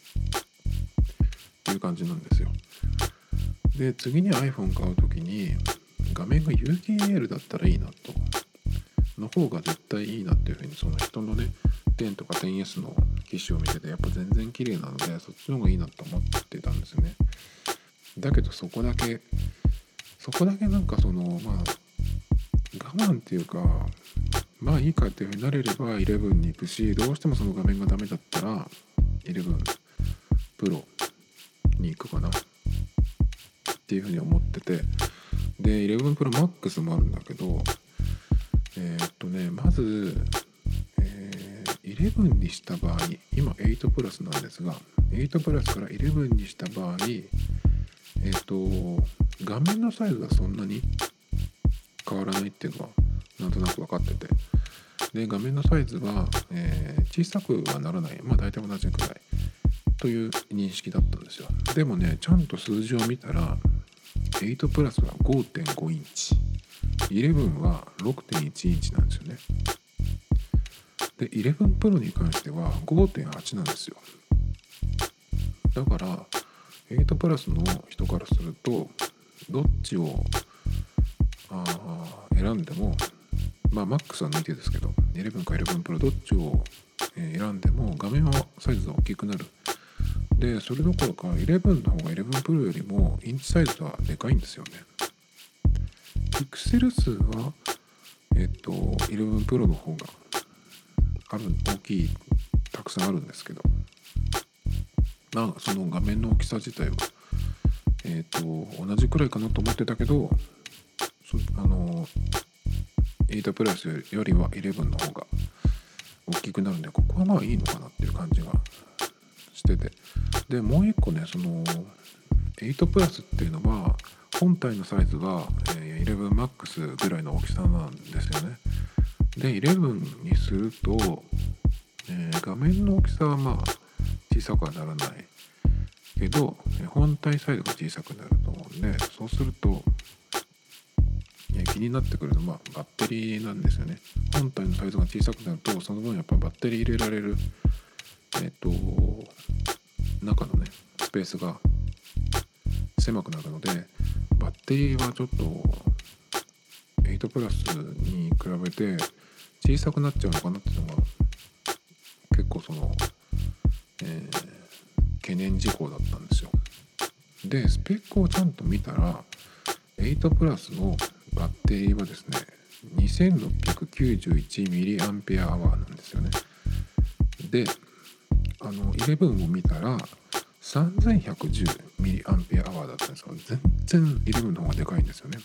いう感じなんですよ。で次に iPhone 買うときに画面が有機 イーエル だったらいいなとの方が絶対いいなっていうふうに、その人のねテンとか テンエス の機種を見ててやっぱ全然綺麗なのでそっちの方がいいなと思ってたんですよね。だけどそこだけそこだけなんかそのまあ我慢っていうかまあいいかっていうふうになれればじゅういちに行くし、どうしてもその画面がダメだったらじゅういちプロに行くかなっていうふうに思ってて、でじゅういちプロマックスもあるんだけどえー、っとねまず、えー、じゅういちにした場合、今はちプラスなんですがはちプラスからじゅういちにした場合えー、っと画面のサイズがそんなに変わらないっていうのはなんとなく分かってて、で画面のサイズは、えー、小さくはならない、まあ大体同じくらいという認識だったんですよ。でもねちゃんと数字を見たらはちプラスは ごてんごインチ、じゅういちは ろくてんいちインチなんですよね。でじゅういちプロに関しては ごてんはちなんですよ。だからはちプラスの人からするとどっちをあ選んでも、まあマックスは抜いてですけどじゅういちかじゅういちプロどっちを選んでも画面はサイズが大きくなる。でそれどころかじゅういちの方がじゅういちプロよりもインチサイズはでかいんですよね。ピクセル数はえっとじゅういちプロの方がある大きいたくさんあるんですけど、まあその画面の大きさ自体はえっと同じくらいかなと思ってたけど、あのはちプラスよりはじゅういちの方が大きくなるんで、ここはまあいいのかなっていう感じがしてて、でもう一個ねそのはちプラスっていうのは本体のサイズがじゅういちマックスぐらいの大きさなんですよね。でじゅういちにすると、えー、画面の大きさはまあ小さくはならないけど本体サイズが小さくなると思うんで、そうすると気になってくるのはバッテリーなんですよね。本体のサイズが小さくなるとその分やっぱりバッテリー入れられるえっと中のねスペースが狭くなるので、バッテリーはちょっとはちプラスに比べて小さくなっちゃうのかなっていうのが結構その、えー、懸念事項だったんですよ。でスペックをちゃんと見たらはちプラスのバッテリーはですね にせんろっぴゃくきゅうじゅういちミリアンペアアワーなんですよね。であのじゅういちを見たらさんぜんひゃくじゅうミリアンペアアワーだったんですよ。全然じゅういちの方がでかいんですよね。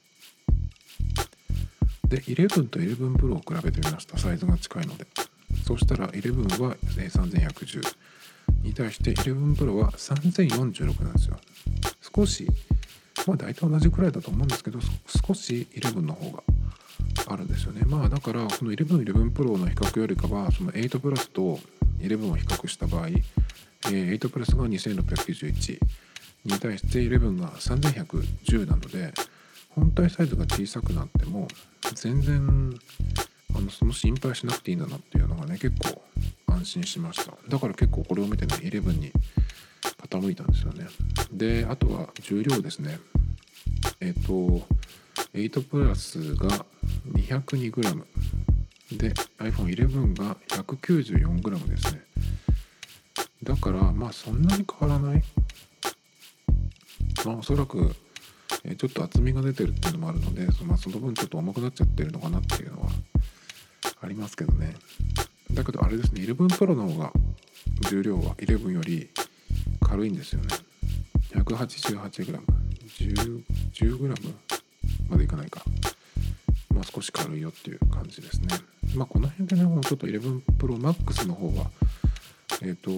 でじゅういちとじゅういちプロを比べてみました。サイズが近いので、そしたらじゅういちはさんぜんひゃくじゅうに対してじゅういちプロはさんぜんよんじゅうろくなんですよ。少しまあ大体同じくらいだと思うんですけど、少しじゅういちの方があるんですよね。まあだからこのじゅういち、じゅういちプロの比較よりかはそのはちプラスとじゅういちを比較した場合、えー、はちプラスがにせんろっぴゃくきゅうじゅういちに対してじゅういちがさんぜんひゃくじゅうなので、本体サイズが小さくなっても全然あのその心配しなくていいんだなっていうのがね結構安心しました。だから結構これを見てねじゅういちに傾いたんですよね。であとは重量ですね。えっ、ー、とはちプラスが にひゃくにグラム で アイフォンイレブン が ひゃくきゅうじゅうよんグラム ですね。だからまあそんなに変わらない。まあおそらくちょっと厚みが出てるっていうのもあるので、まあ、その分ちょっと重くなっちゃってるのかなっていうのはありますけどね。だけどあれですね、じゅういちプロの方が重量はじゅういちより軽いんですよね。 ひゃくはちじゅうはちグラム、 じゅうグラム までいかないか、まあ少し軽いよっていう感じですね。まあこの辺でねもうちょっとじゅういちプロマックスの方はえっ、ー、と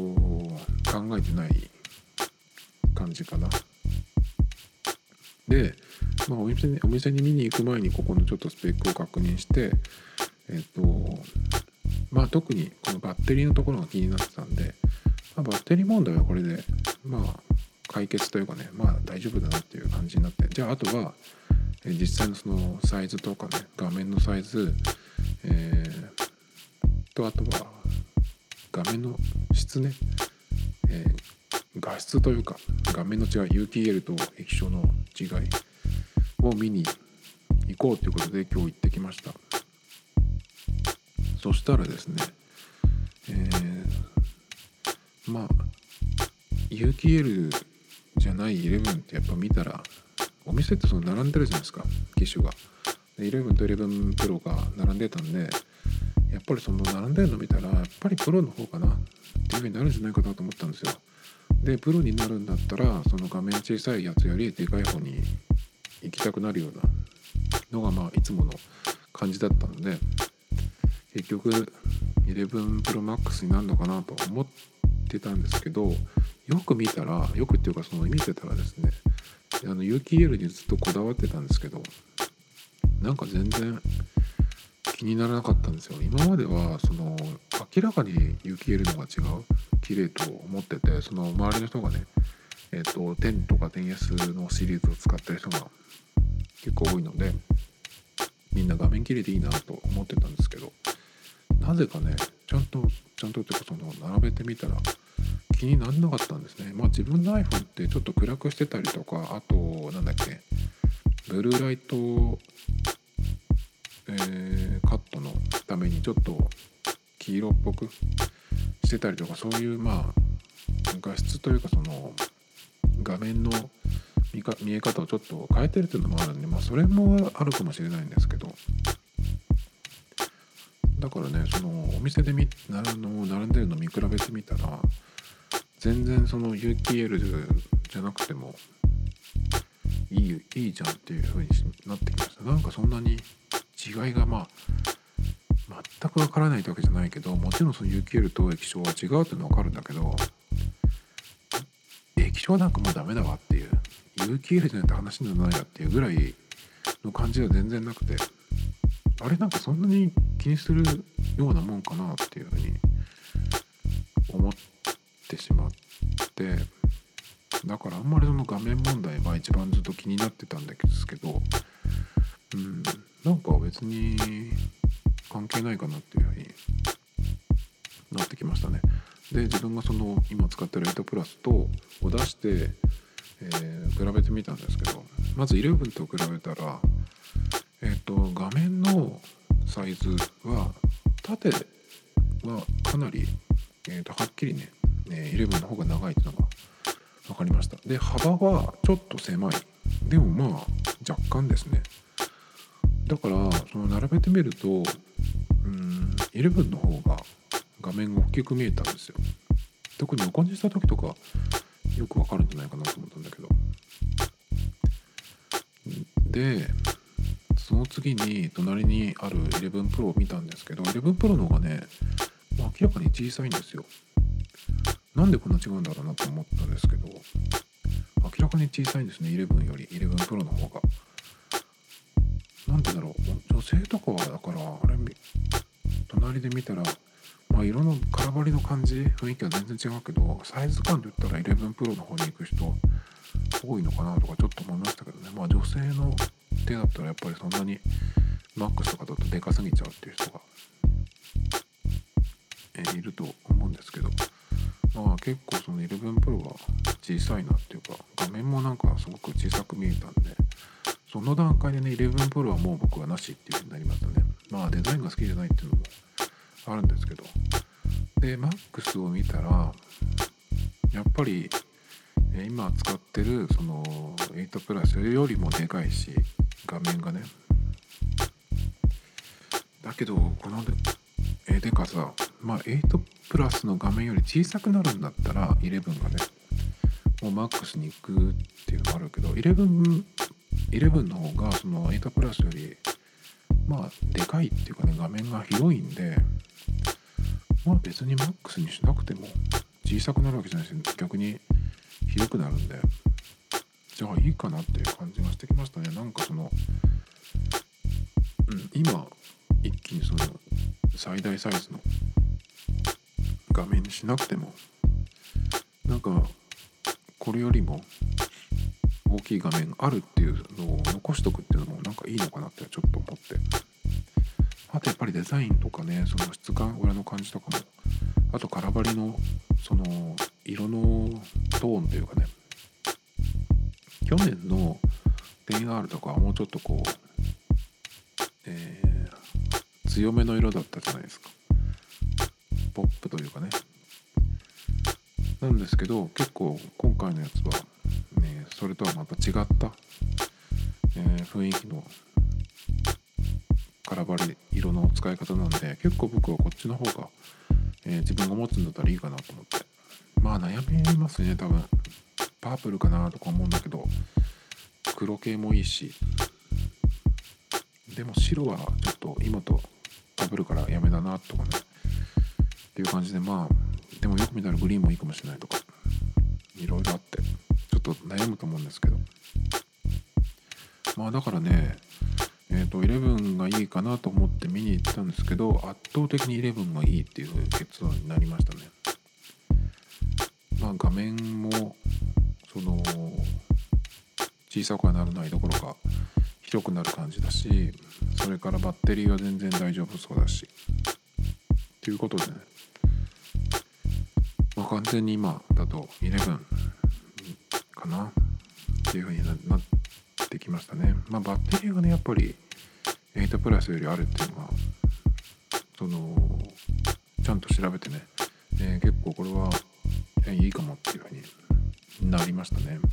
考えてない感じかな。でまあお店にお店に見に行く前にここのちょっとスペックを確認して、えっとまあ特にこのバッテリーのところが気になってたんで、まあ、バッテリー問題はこれでまあ解決というかね、まあ大丈夫だなっていう感じになって、じゃああとはえ実際のそのサイズとかね、画面のサイズ、えー、とあとは画面の質ね、えー画質というか画面の違い、有機 イーエル と液晶の違いを見に行こうということで今日行ってきました。そしたらですね、えー、まあ有機 イーエル じゃないじゅういちってやっぱ見たらお店ってその並んでるじゃないですか、機種が。でじゅういちとじゅういちプロが並んでたんで、やっぱりその並んでるの見たらやっぱりプロの方かなっていう風になるんじゃないかなと思ったんですよ。でプロになるんだったらその画面小さいやつよりでかい方に行きたくなるようなのがまあいつもの感じだったので、結局じゅういちプロマックスになるのかなと思ってたんですけど、よく見たらよくっていうかその見てたらですね、あの有機 イーエル にずっとこだわってたんですけど、なんか全然気にならなかったんですよ。今まではその明らかに有機 イーエル の方が違う綺麗と思ってて、その周りの人がね、えっとじゅうとかじゅうエスのシリーズを使ってる人が結構多いので、みんな画面綺麗でいいなと思ってたんですけど、なぜかねちゃんとちゃんとっていうかその並べてみたら気にならなかったんですね。まあ自分の iPhone ってちょっと暗くしてたりとか、あとなんだっけブルーライト、えー、カットのためにちょっと黄色っぽくしてたりとか、そういうまあ画質というかその画面の見か見え方をちょっと変えてるっていうのもあるんで、まあそれもあるかもしれないんですけど、だからねそのお店で見並の並んでるの見比べてみたら全然その有機 イーエル じゃなくてもいいいいじゃんっていう風になってきました。なんかそんなに違いがまあ全くわからないってわけじゃないけど、もちろんその有機 イーエル と液晶は違うっていうのはわかるんだけど、液晶なんかもうダメだわっていう、有機 イーエル じゃないと話にならないやっていうぐらいの感じは全然なくて、あれなんかそんなに気にするようなもんかなっていうふうに思ってしまって、だからあんまりその画面問題は一番ずっと気になってたんですけど、うん、なんか別に関係ないかなっていうふうになってきましたね。で自分がその今使ってるエイトプラスとを出して、えー、比べてみたんですけど、まずじゅういちと比べたら、えー、と画面のサイズは縦はかなり、えー、とはっきりね、えー、じゅういちの方が長いっていうのが分かりました。で幅はちょっと狭い、でもまあ若干ですね。だからその並べてみると、うーんじゅういちの方が画面が大きく見えたんですよ。特に横にした時とかよくわかるんじゃないかなと思ったんだけど、でその次に隣にあるじゅういちプロを見たんですけど、じゅういちプロの方がね明らかに小さいんですよ。なんでこんな違うんだろうなと思ったんですけど、明らかに小さいんですね、じゅういちよりじゅういちプロの方が。なんでだろう、女性とかはだからあれ隣で見たらまあ色の空張りの感じ雰囲気は全然違うけど、サイズ感で言ったらじゅういちプロの方に行く人多いのかなとかちょっと思いましたけどね。まあ女性の手だったらやっぱりそんなにマックスとかだとでかすぎちゃうっていう人が、えー、いると思うんですけど、まあ結構そのじゅういちプロは小さいなっていうか、画面もなんかすごく小さく見えたんで、その段階でねじゅういちプロはもう僕はなしっていう風になりましたね。まあデザインが好きじゃないっていうのもあるんですけど、でマックスを見たらやっぱり今使ってるそのエイトプラスよりもでかいし画面がね、だけどこのででかさ、まあエイトプラスの画面より小さくなるんだったらじゅういちがねもうマックスに行くっていうのがあるけど、じゅういち、じゅういちの方がそのエイトプラスよりまあでかいっていうかね、画面が広いんで、まあ別にマックスにしなくても小さくなるわけじゃないし、逆に広くなるんでじゃあいいかなっていう感じがしてきましたね。なんかその、うん、今一気にその最大サイズの画面にしなくても、なんかこれよりも大きい画面があるっていうのを残しとくっていうのもなんかいいのかなってちょっと思って、あとやっぱりデザインとかね、その質感、裏の感じとかも、あとカラバリのその色のトーンというかね、去年の テンアール とかはもうちょっとこう、えー、強めの色だったじゃないですか。ポップというかね。なんですけど、結構今回のやつは、ね、それとはまた違った、えー、雰囲気のカラバリ色の使い方なんで、結構僕はこっちの方が、えー、自分が持つんだったらいいかなと思って。まあ悩みますね、多分。パープルかなとか思うんだけど、黒系もいいし、でも白はちょっと今と被るからやめだなとかねっていう感じで、まあでもよく見たらグリーンもいいかもしれないとか、いろいろあってちょっと悩むと思うんですけど、まあだからね、えっとじゅういちがいいかなと思って見に行ったんですけど、圧倒的にじゅういちがいいっていう結論になりましたね。まあ画面もその小さくはならないどころか広くなる感じだし、それからバッテリーは全然大丈夫そうだしということでね、まあ、完全に今だとじゅういちかなっていう風になってきましたね。まあバッテリーがねやっぱりはちプラスよりあるっていうのはそのちゃんと調べてね、えー、結構これは、えー、いいかもっていう風になりましたね。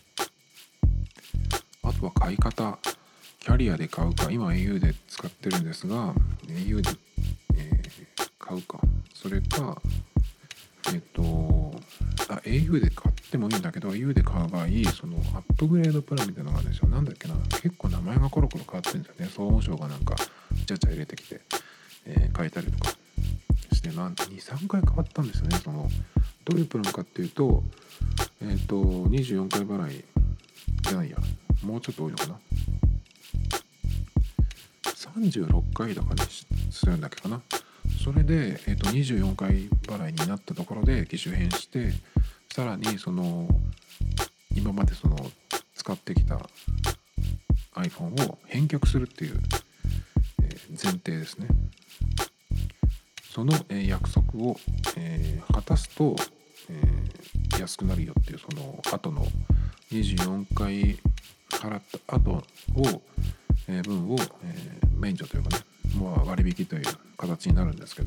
あとは買い方、キャリアで買うか、今 エーユー で使ってるんですが エーユー で、えー、買うか、それかえっとあ エーユー で買ってもいいんだけど エーユー で買う場合、そのアップグレードプランみたいなのがあるんですよ。なんだっけな、結構名前がコロコロ変わってるんですよね。総務省がなんかちゃちゃ入れてきて、えー、変えたりとかしてなんにさんかい変わったんですよね。そのどういうプランかっていうと、えっとにじゅうよんかい払いじゃないや、もうちょっと多いのかな、さんじゅうろっかいだかにするんだっけかな。それで、えー、とにじゅうよんかい払いになったところで機種変して、さらにその今までその使ってきた iPhone を返却するっていう、えー、前提ですね。その、えー、約束を、えー、果たすと、えー、安くなるよっていう、その後のにじゅうよんかい払った後を、えー、分を、えー、免除というかね、まあ、割引という形になるんですけど、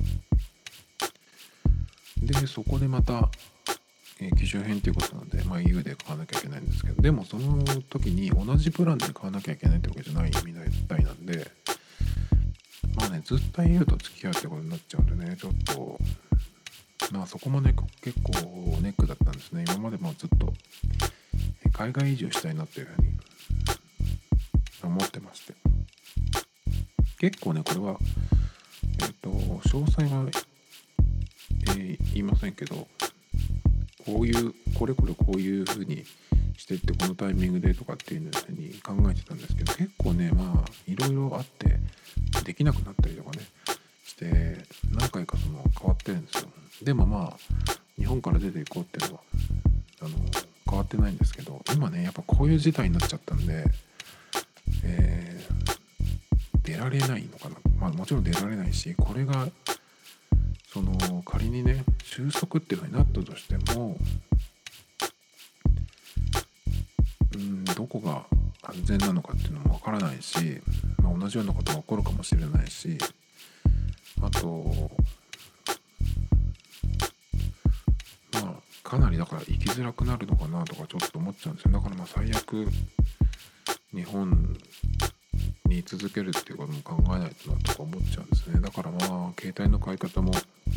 でそこでまた、えー、機種変ということなので、まあ、イーユー で買わなきゃいけないんですけど、でもその時に同じプランで買わなきゃいけないってわけじゃないみたいなんで、まあね、ずっと イーユー と付き合うってことになっちゃうんでね、ちょっとまあそこもね結構ネックだったんですね。今までもずっと海外移住したいなっていうふうに思ってまして、結構ねこれはえっと詳細は、えー、言いませんけど、こういうこれこれこういうふうにしてってこのタイミングでとかっていうふうに考えてたんですけど、結構ねまあいろいろあってできなくなったりとかねして何回かその変わってるんですよ。でもまあ日本から出ていこうっていうのはあの変わってないんですけど、今ねやっぱこういう事態になっちゃったんで、えー、出られないのかな。まあもちろん出られないし、これがその仮にね収束っていう風になったとしても、うんどこが安全なのかっていうのもわからないし、まあ、同じようなことが起こるかもしれないし、あとまあかなりだから生きづらくなるのかなとかちょっと思っちゃうんですよ。だからまあ最悪日本に続けるっていうことも考えないとなとか思っちゃうんですね。だからまあ携帯の買い方も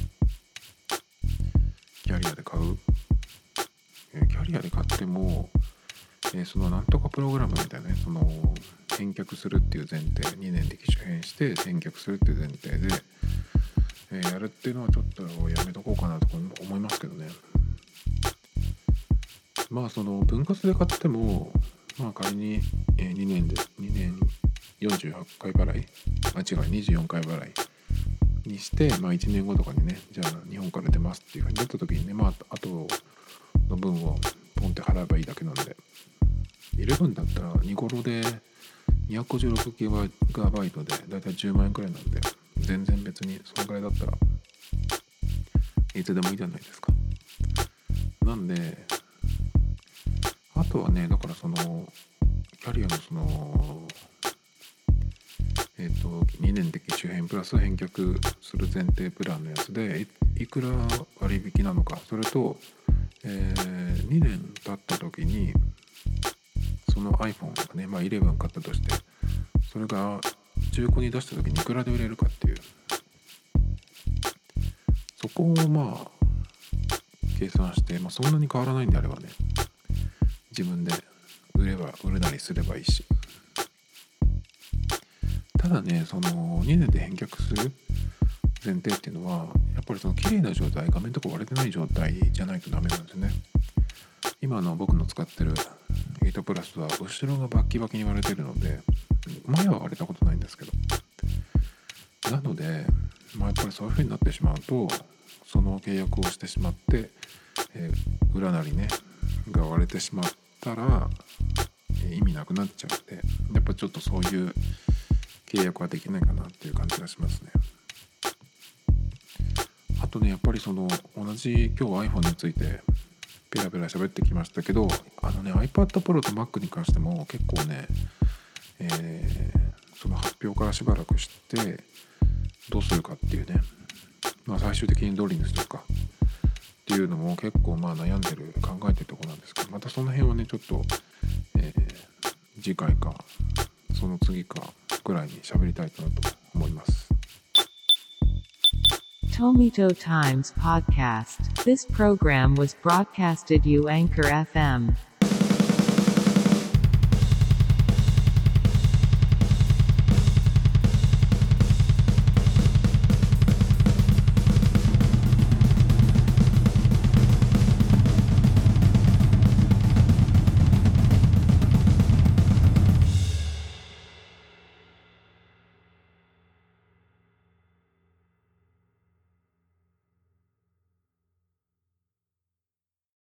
キャリアで買う、えーキャリアで買っても、えーそのなんとかプログラムみたいなね、その返却するっていう前提、にねんで機種変して返却するっていう前提で、えーやるっていうのはちょっとやめとこうかなとか思いますけどね。 まあその分割で買ってもまあ仮ににねんでにねんよんじゅうはちかい払いあ違うにじゅうよんかい払いにして、まあ、いちねんごとかにねじゃあ日本から出ますっていうふうになった時にね、まああとの分をポンって払えばいいだけなんで、じゅういちだったらに頃でにひゃくごじゅうろくギガバイトでだいたいじゅうまんえんくらいなんで、全然別にそのくらいだったらいつでもいいじゃないですか。なんであとはね、だからそのキャリアのそのえっとにねんで機種変プラス返却する前提プランのやつで い, いくら割引なのか、それと、えー、にねん経った時にその iPhone がね、まあ、じゅういち買ったとして、それが中古に出した時にいくらで売れるかっていう、そこをまあ計算して、まあ、そんなに変わらないんであればね、自分で売れば売るなりすればいいし、ただね、そのにねんで返却する前提っていうのはやっぱりその綺麗な状態、画面とか割れてない状態じゃないとダメなんですね。今の僕の使ってるエイトプラスは後ろがバッキバキに割れてるので、前は割れたことないんですけど、なので、まあ、やっぱりそういう風になってしまうと、その契約をしてしまって、えー、裏なりねが割れてしまったら、えー、意味なくなっちゃうんで、やっぱちょっとそういう契約はできないかなっていう感じがしますね。あとね、やっぱりその同じ今日 iPhone についてペラペラ喋ってきましたけど、あのね iPad Pro と Mac に関しても結構ね、えー、その発表からしばらくしてどうするかっていうね、まあ最終的にどれにするかっていうのも結構まあ悩んでる考えてるところなんですけど、またその辺はねちょっと、えー、次回かその次かぐらいに喋りたいかなと思います。 Tomito Times Podcast. This program was broadcasted you Anchor エフエム.